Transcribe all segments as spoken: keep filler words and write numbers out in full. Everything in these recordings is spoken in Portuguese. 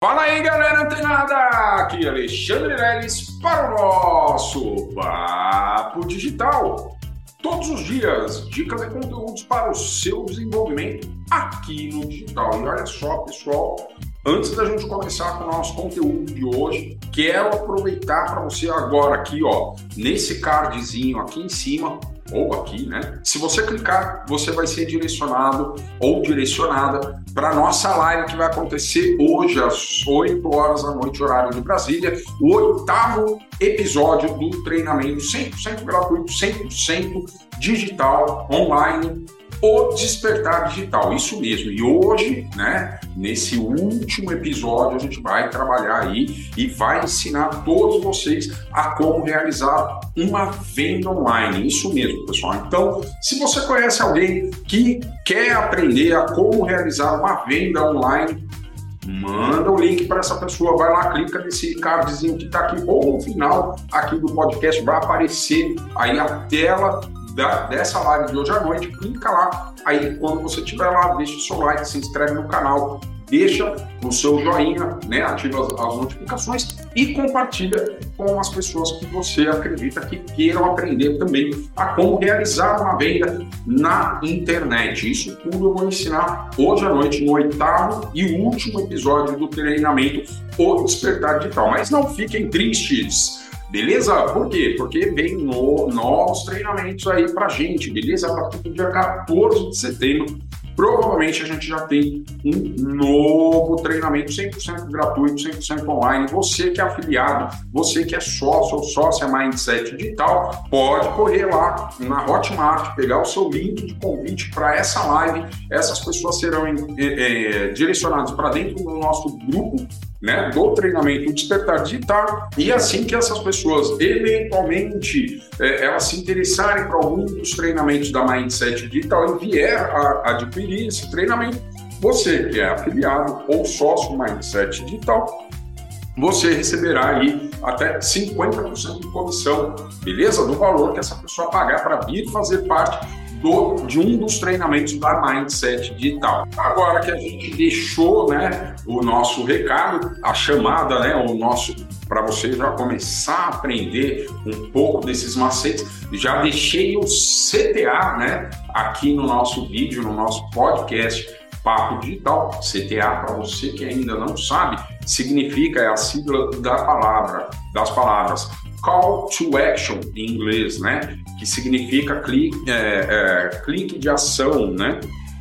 Fala aí, galera antenada! Aqui é Alexandre Leles para o nosso Papo Digital. Todos os dias, dicas e conteúdos para o seu desenvolvimento aqui no digital. E olha só, pessoal, antes da gente começar com o nosso conteúdo de hoje, quero aproveitar para você agora aqui, ó, nesse cardzinho aqui em cima, ou aqui, né? Se você clicar, você vai ser direcionado ou direcionada para a nossa live que vai acontecer hoje às oito horas da noite, horário de Brasília, o oitavo episódio do treinamento cem por cento gratuito, cem por cento digital, online, o Despertar Digital, isso mesmo. E hoje, né, nesse último episódio, a gente vai trabalhar aí e vai ensinar todos vocês a como realizar uma venda online. Isso mesmo, pessoal. Então, se você conhece alguém que quer aprender a como realizar uma venda online, manda o link para essa pessoa, vai lá, clica nesse cardzinho que está aqui, ou no final aqui do podcast vai aparecer aí a tela Da, dessa live de hoje à noite, clica lá, aí quando você estiver lá, deixa o seu like, se inscreve no canal, deixa o seu joinha, né, ativa as, as notificações e compartilha com as pessoas que você acredita que queiram aprender também a como realizar uma venda na internet. Isso tudo eu vou ensinar hoje à noite no oitavo e último episódio do treinamento O Despertar Digital. Mas não fiquem tristes, beleza? Por quê? Porque vem no, novos treinamentos aí pra gente, beleza? A partir do dia quatorze de setembro, provavelmente a gente já tem um novo treinamento cem por cento gratuito, cem por cento online. Você que é afiliado, você que é sócio ou sócia Mindset Digital, pode correr lá na Hotmart, pegar o seu link de convite para essa live. Essas pessoas serão é, é, direcionadas para dentro do nosso grupo, né, do treinamento Despertar Digital, e assim que essas pessoas eventualmente é, elas se interessarem por algum dos treinamentos da Mindset Digital e vier a, a adquirir esse treinamento, você que é afiliado ou sócio Mindset Digital, você receberá aí até cinquenta por cento de comissão, beleza? Do valor que essa pessoa pagar para vir fazer parte Do, de um dos treinamentos da Mindset Digital. Agora que a gente deixou, né, o nosso recado, a chamada, né, o nosso, para você já começar a aprender um pouco desses macetes, já deixei o C T A, né, aqui no nosso vídeo, no nosso podcast Papo Digital. C T A, para você que ainda não sabe, significa, é a sigla da palavra, das palavras Call to Action em inglês, né? Que significa clique, é, é, clique de ação, né?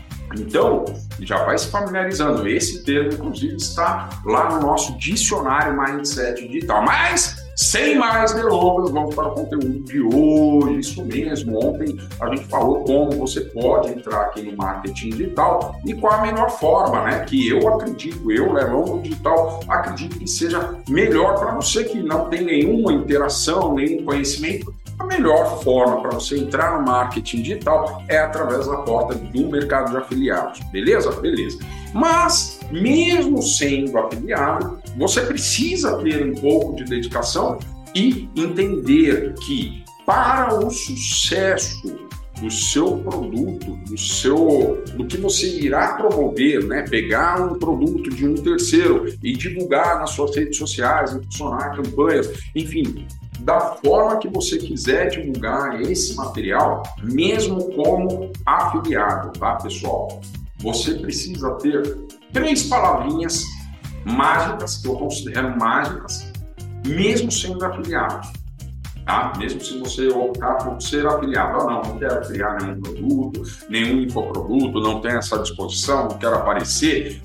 Então, já vai se familiarizando. Esse termo, inclusive, está lá no nosso dicionário Mindset Digital. Mas, sem mais delongas, vamos para o conteúdo de hoje. Isso mesmo, ontem a gente falou como você pode entrar aqui no marketing digital e qual a melhor forma, né? Que eu acredito, eu, Lelão do Digital, acredito que seja melhor para você que não tem nenhuma interação, nenhum conhecimento. A melhor forma para você entrar no marketing digital é através da porta do mercado de afiliados, beleza? Beleza. Mas, mesmo sendo afiliado, você precisa ter um pouco de dedicação e entender que para o sucesso do seu produto, do seu, do que você irá promover, né? Pegar um produto de um terceiro e divulgar nas suas redes sociais, impulsionar campanhas, enfim, da forma que você quiser divulgar esse material, mesmo como afiliado, tá, pessoal? Você precisa ter três palavrinhas mágicas, que eu considero mágicas, mesmo sendo afiliado, tá? Mesmo se você optar por ser afiliado. Ah, não, não quero criar nenhum produto, nenhum infoproduto, não tenho essa disposição, não quero aparecer,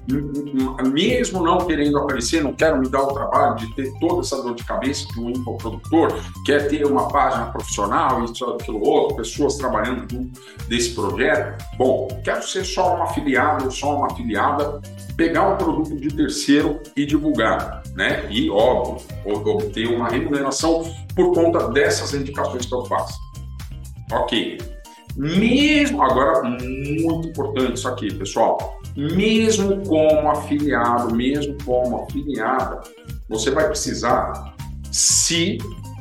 mesmo não querendo aparecer, não quero me dar o trabalho de ter toda essa dor de cabeça que um infoprodutor quer ter uma página profissional, isso, aquilo, outro, pessoas trabalhando junto desse projeto. Bom, quero ser só um afiliado ou só uma afiliada, pegar um produto de terceiro e divulgar, né? E, óbvio, obter uma remuneração por conta dessas indicações que eu faço. Ok. Mesmo, agora, muito importante isso aqui, pessoal. Mesmo como afiliado, mesmo como afiliada, você vai precisar se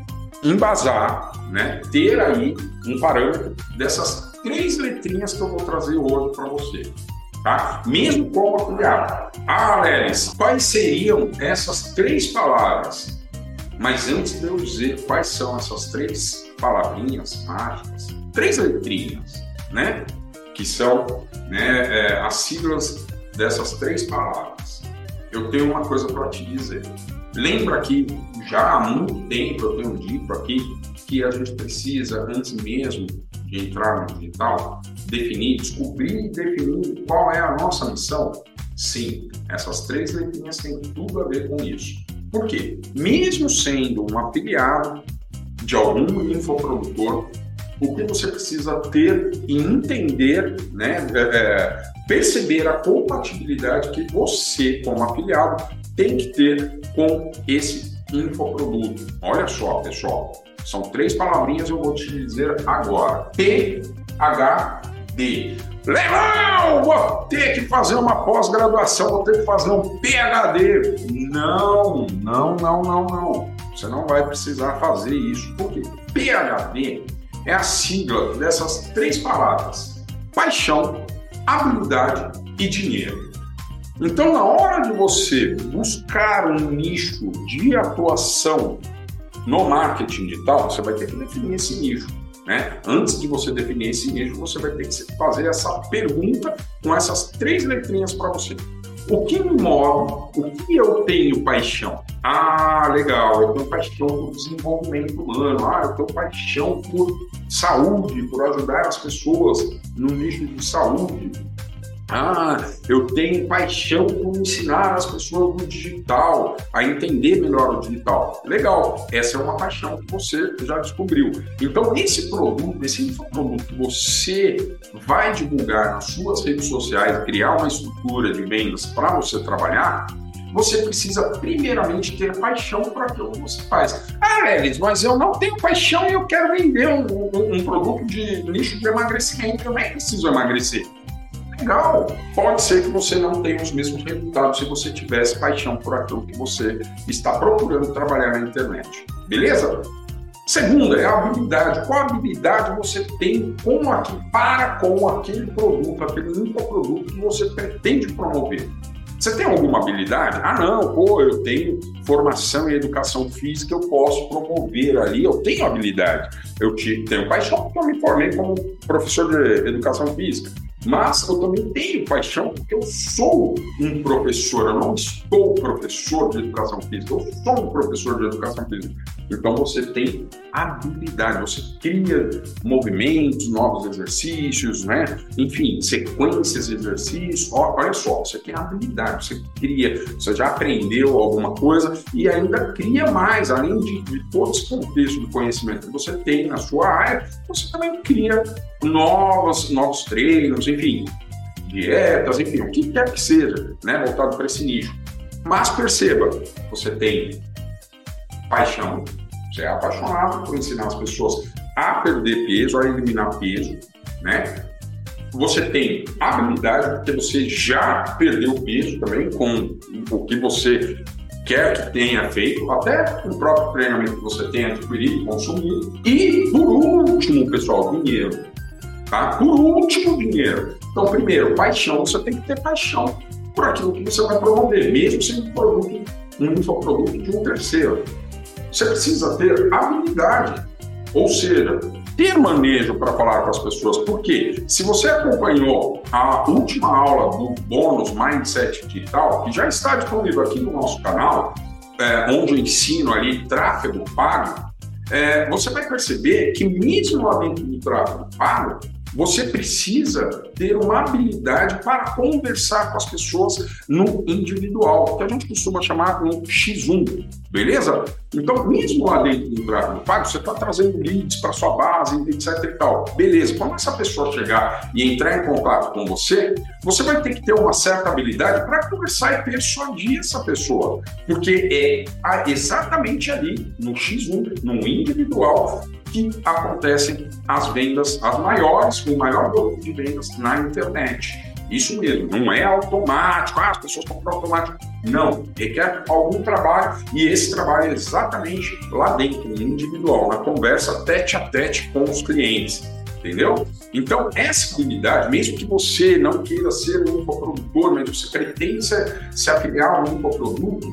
embasar, né? Ter aí um parâmetro dessas três letrinhas que eu vou trazer hoje para você. tá? Mesmo como afiliado. Ah, Lelis, quais seriam essas três palavras? Mas antes de eu dizer quais são essas três palavrinhas mágicas, três letrinhas, né? Que são, né, é, as siglas dessas três palavras. Eu tenho uma coisa para te dizer. Lembra que já há muito tempo eu tenho dito aqui que a gente precisa, antes mesmo de entrar no digital, definir, descobrir e definir qual é a nossa missão? Sim, essas três letrinhas têm tudo a ver com isso. Por quê? Mesmo sendo um afiliado de algum infoprodutor, o que você precisa ter e entender, né, é, perceber a compatibilidade que você, como afiliado, tem que ter com esse infoproduto. Olha só, pessoal, são três palavrinhas, eu vou te dizer agora. P H D. Legal! Vou ter que fazer uma pós-graduação, vou ter que fazer um P H D. Não, não, não, não, não. Você não vai precisar fazer isso. Por quê? P H D é a sigla dessas três palavras: paixão, habilidade e dinheiro. Então, na hora de você buscar um nicho de atuação no marketing digital, você vai ter que definir esse nicho, né? Antes de você definir esse nicho, você vai ter que fazer essa pergunta com essas três letrinhas para você. O que me move? O que eu tenho paixão? Ah, legal, eu tenho paixão por desenvolvimento humano. Ah, eu tenho paixão por saúde, por ajudar as pessoas no nicho de saúde. Ah, eu tenho paixão por ensinar as pessoas no digital, a entender melhor o digital. Legal, essa é uma paixão que você já descobriu. Então, esse produto, esse infoproduto que você vai divulgar nas suas redes sociais, criar uma estrutura de vendas para você trabalhar, você precisa primeiramente ter paixão por aquilo que você faz. Ah, Lelis, mas eu não tenho paixão e eu quero vender um, um, um produto de nicho de emagrecimento, eu nem preciso emagrecer. Legal, pode ser que você não tenha os mesmos resultados se você tivesse paixão por aquilo que você está procurando trabalhar na internet, beleza? Segunda é a habilidade. Qual habilidade você tem com aqui, para com aquele produto, aquele infoproduto que você pretende promover? Você tem alguma habilidade? Ah, não, pô, eu tenho formação em educação física, eu posso promover ali, eu tenho habilidade. Eu tenho paixão porque eu me formei como professor de educação física. Mas eu também tenho paixão porque eu sou um professor, eu não estou professor de educação física, eu sou um professor de educação física. Então você tem habilidade, você cria movimentos, novos exercícios, né? Enfim, sequências de exercícios. Olha só, você tem habilidade, você cria, você já aprendeu alguma coisa e ainda cria mais, além de, de todo esse contexto do conhecimento que você tem na sua área, você também cria novos, novos treinos, enfim, dietas, enfim, o que quer que seja, né, voltado para esse nicho. Mas perceba, você tem paixão, você é apaixonado por ensinar as pessoas a perder peso, a eliminar peso, né? Você tem habilidade, porque você já perdeu peso também com o que você quer que tenha feito, até o próprio treinamento que você tenha adquirido e consumido. E, por último, pessoal, dinheiro. Tá? Por último, dinheiro. Então, primeiro, paixão. Você tem que ter paixão por aquilo que você vai promover, mesmo sendo um produto, um infoproduto de um terceiro. Você precisa ter habilidade, ou seja, ter manejo para falar com as pessoas. Por quê? Se você acompanhou a última aula do Bônus Mindset Digital, que já está disponível aqui no nosso canal, é, onde eu ensino ali tráfego pago, é, você vai perceber que mesmo lá dentro do tráfego pago, você precisa ter uma habilidade para conversar com as pessoas no individual, que a gente costuma chamar um X um, beleza? Então, mesmo lá dentro do tráfego pago, você está trazendo leads para sua base, etc e tal. Beleza, quando essa pessoa chegar e entrar em contato com você, você vai ter que ter uma certa habilidade para conversar e persuadir essa pessoa, porque é exatamente ali, no X um, no individual, que acontecem as vendas, as maiores, o maior volume de vendas na internet. Isso mesmo, não é automático, ah, as pessoas compram automático. Não, requer algum trabalho e esse trabalho é exatamente lá dentro, no individual, na conversa tete a tete com os clientes. entendeu? Então, essa habilidade, mesmo que você não queira ser um infoprodutor, mas você pretende ser, se afiliar a um infoproduto,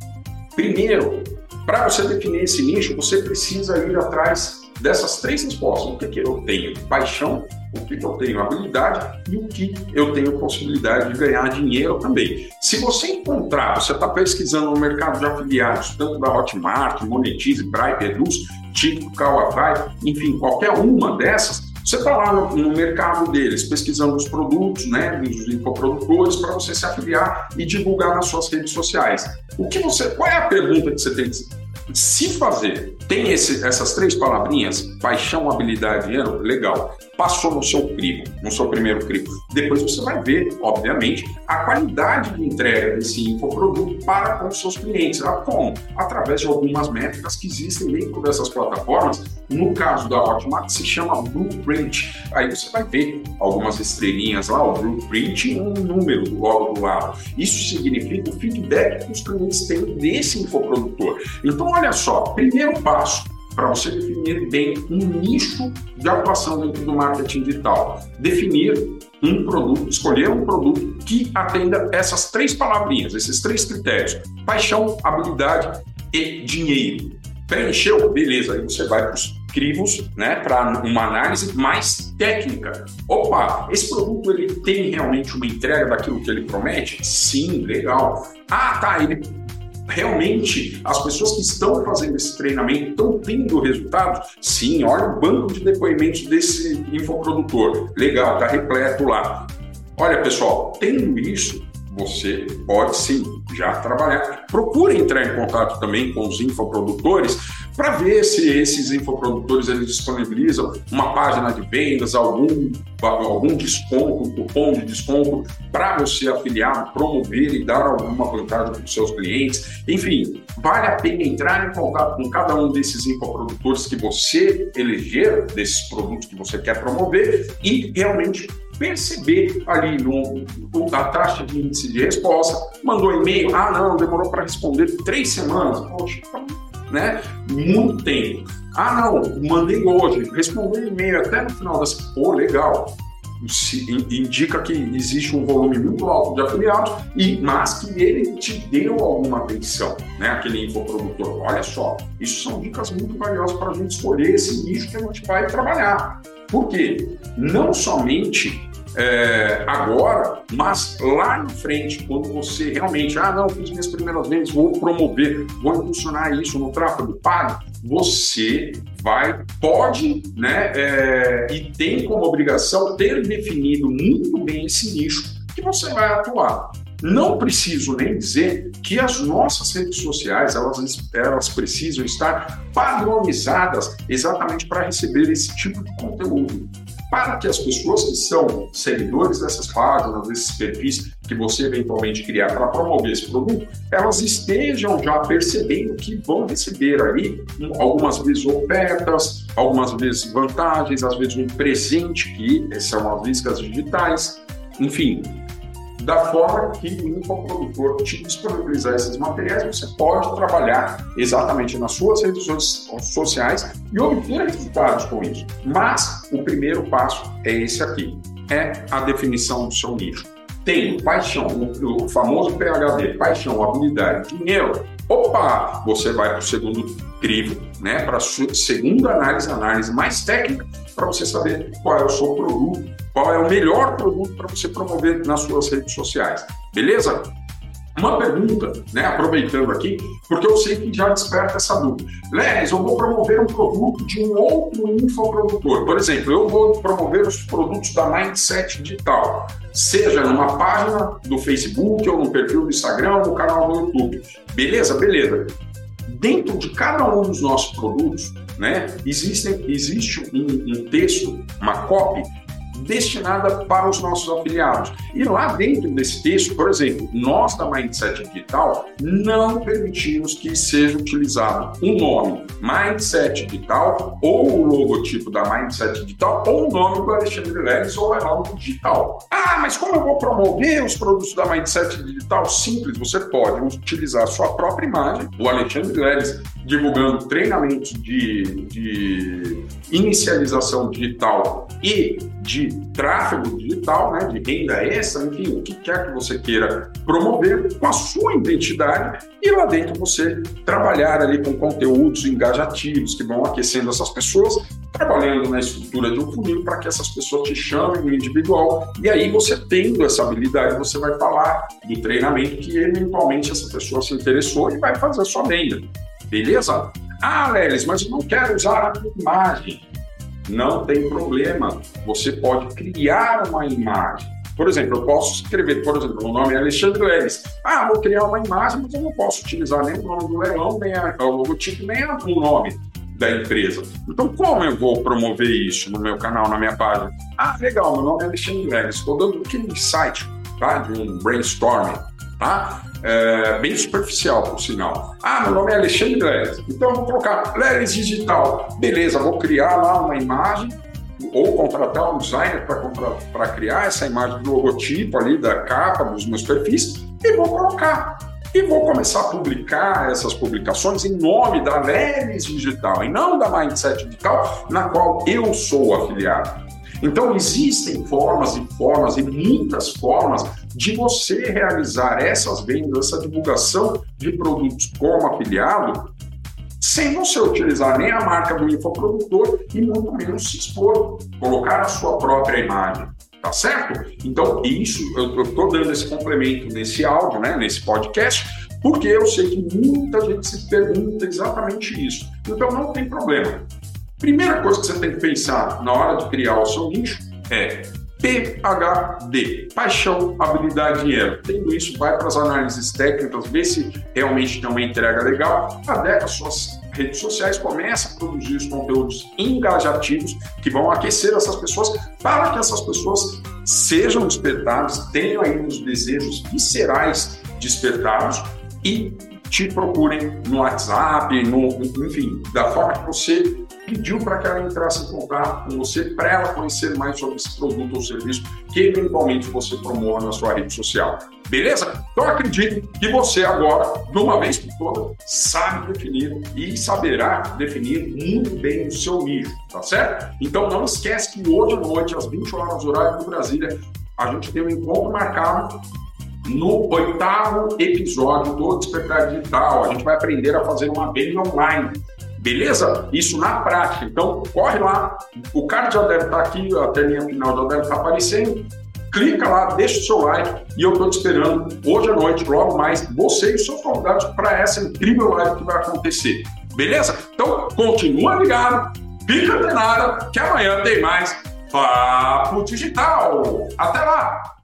primeiro, para você definir esse nicho, você precisa ir atrás dessas três respostas. O que, que eu tenho paixão, o que, que eu tenho habilidade e o que eu tenho possibilidade de ganhar dinheiro também. Se você encontrar, você está pesquisando no mercado de afiliados, tanto da Hotmart, Monetize, Bright, Eduz, Tico, Kawaii, enfim, qualquer uma dessas, você está lá no, no mercado deles, pesquisando os produtos, né, dos infoprodutores, para você se afiliar e divulgar nas suas redes sociais. O que você, qual é a pergunta que você tem que se fazer? Tem esse, essas três palavrinhas, paixão, habilidade, dinheiro, legal. Passou no seu crivo, no seu primeiro crivo. Depois você vai ver, obviamente, a qualidade de entrega desse infoproduto para com os seus clientes. Como? Através de algumas métricas que existem dentro dessas plataformas. No caso da Hotmart, se chama Blueprint. Aí você vai ver algumas estrelinhas lá, o Blueprint e um número logo do lado. Isso significa o feedback que os clientes têm desse infoprodutor. Então, olha só, primeiro passo para você definir bem um nicho de atuação dentro do marketing digital. Definir um produto, escolher um produto que atenda essas três palavrinhas, esses três critérios: paixão, habilidade e dinheiro. Preencheu? Beleza, aí você vai para os crivos, né, para uma análise mais técnica. Opa, esse produto ele tem realmente uma entrega daquilo que ele promete? Sim, legal. Ah, tá, ele realmente, as pessoas que estão fazendo esse treinamento estão tendo resultados? Sim, olha o banco de depoimentos desse infoprodutor. Legal, está repleto lá. Olha, pessoal, tendo isso, você pode sim já trabalhar. Procure entrar em contato também com os infoprodutores para ver se esses infoprodutores eles disponibilizam uma página de vendas, algum, algum desconto, um cupom de desconto para você afiliar, promover e dar alguma vantagem para os seus clientes. Enfim, vale a pena entrar em contato com cada um desses infoprodutores que você eleger, desses produtos que você quer promover, e realmente perceber ali no, a taxa de índice de resposta. Mandou e-mail, ah não, demorou para responder três semanas, poxa, né? Muito tempo. Ah não, mandei hoje, respondeu e-mail até no final das... Pô, legal. Se, indica que existe um volume muito alto de afiliados, e, mas que ele te deu alguma atenção, né? Aquele infoprodutor. Olha só, isso são dicas muito valiosas para a gente escolher esse nicho que a gente vai trabalhar. Por quê? Não somente é, agora, mas lá na frente, quando você realmente, ah não, fiz minhas primeiras vezes, vou promover, vou impulsionar isso no tráfego pago, você vai, pode, né, é, e tem como obrigação ter definido muito bem esse nicho que você vai atuar. Não preciso nem dizer que as nossas redes sociais, elas, elas precisam estar padronizadas exatamente para receber esse tipo de conteúdo, para que as pessoas que são seguidores dessas páginas, desses perfis que você eventualmente criar para promover esse produto, elas estejam já percebendo que vão receber ali algumas vezes ofertas, algumas vezes vantagens, às vezes um presente, que são as iscas digitais, enfim. Da forma que o infoprodutor te disponibilizar esses materiais, você pode trabalhar exatamente nas suas redes sociais e obter resultados com isso. Mas o primeiro passo é esse aqui, é a definição do seu nicho. Tenho paixão, o famoso P H D, paixão, habilidade, dinheiro. Opa, você vai para o segundo crivo, né? Para a segunda análise, análise mais técnica, para você saber qual é o seu produto, qual é o melhor produto para você promover nas suas redes sociais. Beleza? Uma pergunta, né, aproveitando aqui, porque eu sei que já desperta essa dúvida. Leris, eu vou promover um produto de um outro infoprodutor. Por exemplo, eu vou promover os produtos da Mindset Digital, seja numa página do Facebook, ou no perfil do Instagram, ou no canal do YouTube. Beleza? Beleza. Dentro de cada um dos nossos produtos, né, existe, existe um, um texto, uma copy, destinada para os nossos afiliados. E lá dentro desse texto, por exemplo, nós da Mindset Digital não permitimos que seja utilizado o nome Mindset Digital ou o logotipo da Mindset Digital ou o nome do Alexandre Leles ou Heraldo Digital. Ah, mas como eu vou promover os produtos da Mindset Digital? Simples, você pode utilizar a sua própria imagem, o Alexandre Leles divulgando treinamentos de, de inicialização digital e de tráfego digital, né, de renda extra, enfim, o que quer que você queira promover com a sua identidade e lá dentro você trabalhar ali com conteúdos engajativos que vão aquecendo essas pessoas, trabalhando na estrutura de um funil para que essas pessoas te chamem no individual e aí você tendo essa habilidade, você vai falar do treinamento que eventualmente essa pessoa se interessou e vai fazer a sua venda. Beleza? Ah, Leles, mas eu não quero usar a minha imagem. Não tem problema. Você pode criar uma imagem. Por exemplo, eu posso escrever, por exemplo, o nome é Alexandre Leles. Ah, vou criar uma imagem, mas eu não posso utilizar nem o nome do leilão, nem a, o logotipo, nem o nome da empresa. Então, como eu vou promover isso no meu canal, na minha página? Ah, legal, meu nome é Alexandre Leles. Estou dando aquele insight, tá? De um brainstorming, tá? É, bem superficial, por sinal. Ah, meu nome é Alexandre Leles. Então, eu vou colocar Leles Digital. Beleza, vou criar lá uma imagem ou contratar um designer para criar essa imagem do logotipo ali, da capa, dos meus perfis e vou colocar. E vou começar a publicar essas publicações em nome da Leles Digital e não da Mindset Digital, na qual eu sou afiliado. Então, existem formas e formas e muitas formas de você realizar essas vendas, essa divulgação de produtos como afiliado, sem você utilizar nem a marca do infoprodutor e muito menos se expor, colocar a sua própria imagem. Tá certo? Então, isso, eu estou dando esse complemento nesse áudio, né, nesse podcast, porque eu sei que muita gente se pergunta exatamente isso. Então, não tem problema. Primeira coisa que você tem que pensar na hora de criar o seu nicho é P H D, paixão, habilidade e dinheiro. Tendo isso, vai para as análises técnicas, vê se realmente tem uma entrega legal, adequa suas redes sociais, começa a produzir os conteúdos engajativos que vão aquecer essas pessoas para que essas pessoas sejam despertadas, tenham aí os desejos viscerais despertados e te procurem no WhatsApp, no, enfim, da forma que você pediu para que ela entrasse em contato com você, para ela conhecer mais sobre esse produto ou serviço que eventualmente você promova na sua rede social. Beleza? Então acredito que você agora, de uma vez por todas, sabe definir e saberá definir muito bem o seu nicho, tá certo? Então não esquece que hoje à noite, às vinte horas, horário de Brasília, a gente tem um encontro marcado no oitavo episódio do Despertar Digital. A gente vai aprender a fazer uma venda online. Beleza? Isso na prática. Então, corre lá. O card já deve estar aqui, a telinha final já deve estar aparecendo. Clica lá, deixa o seu like e eu estou te esperando hoje à noite, logo mais, você e os seus convidados para essa incrível live que vai acontecer. Beleza? Então, continua ligado, fica antenado, que amanhã tem mais Papo Digital. Até lá!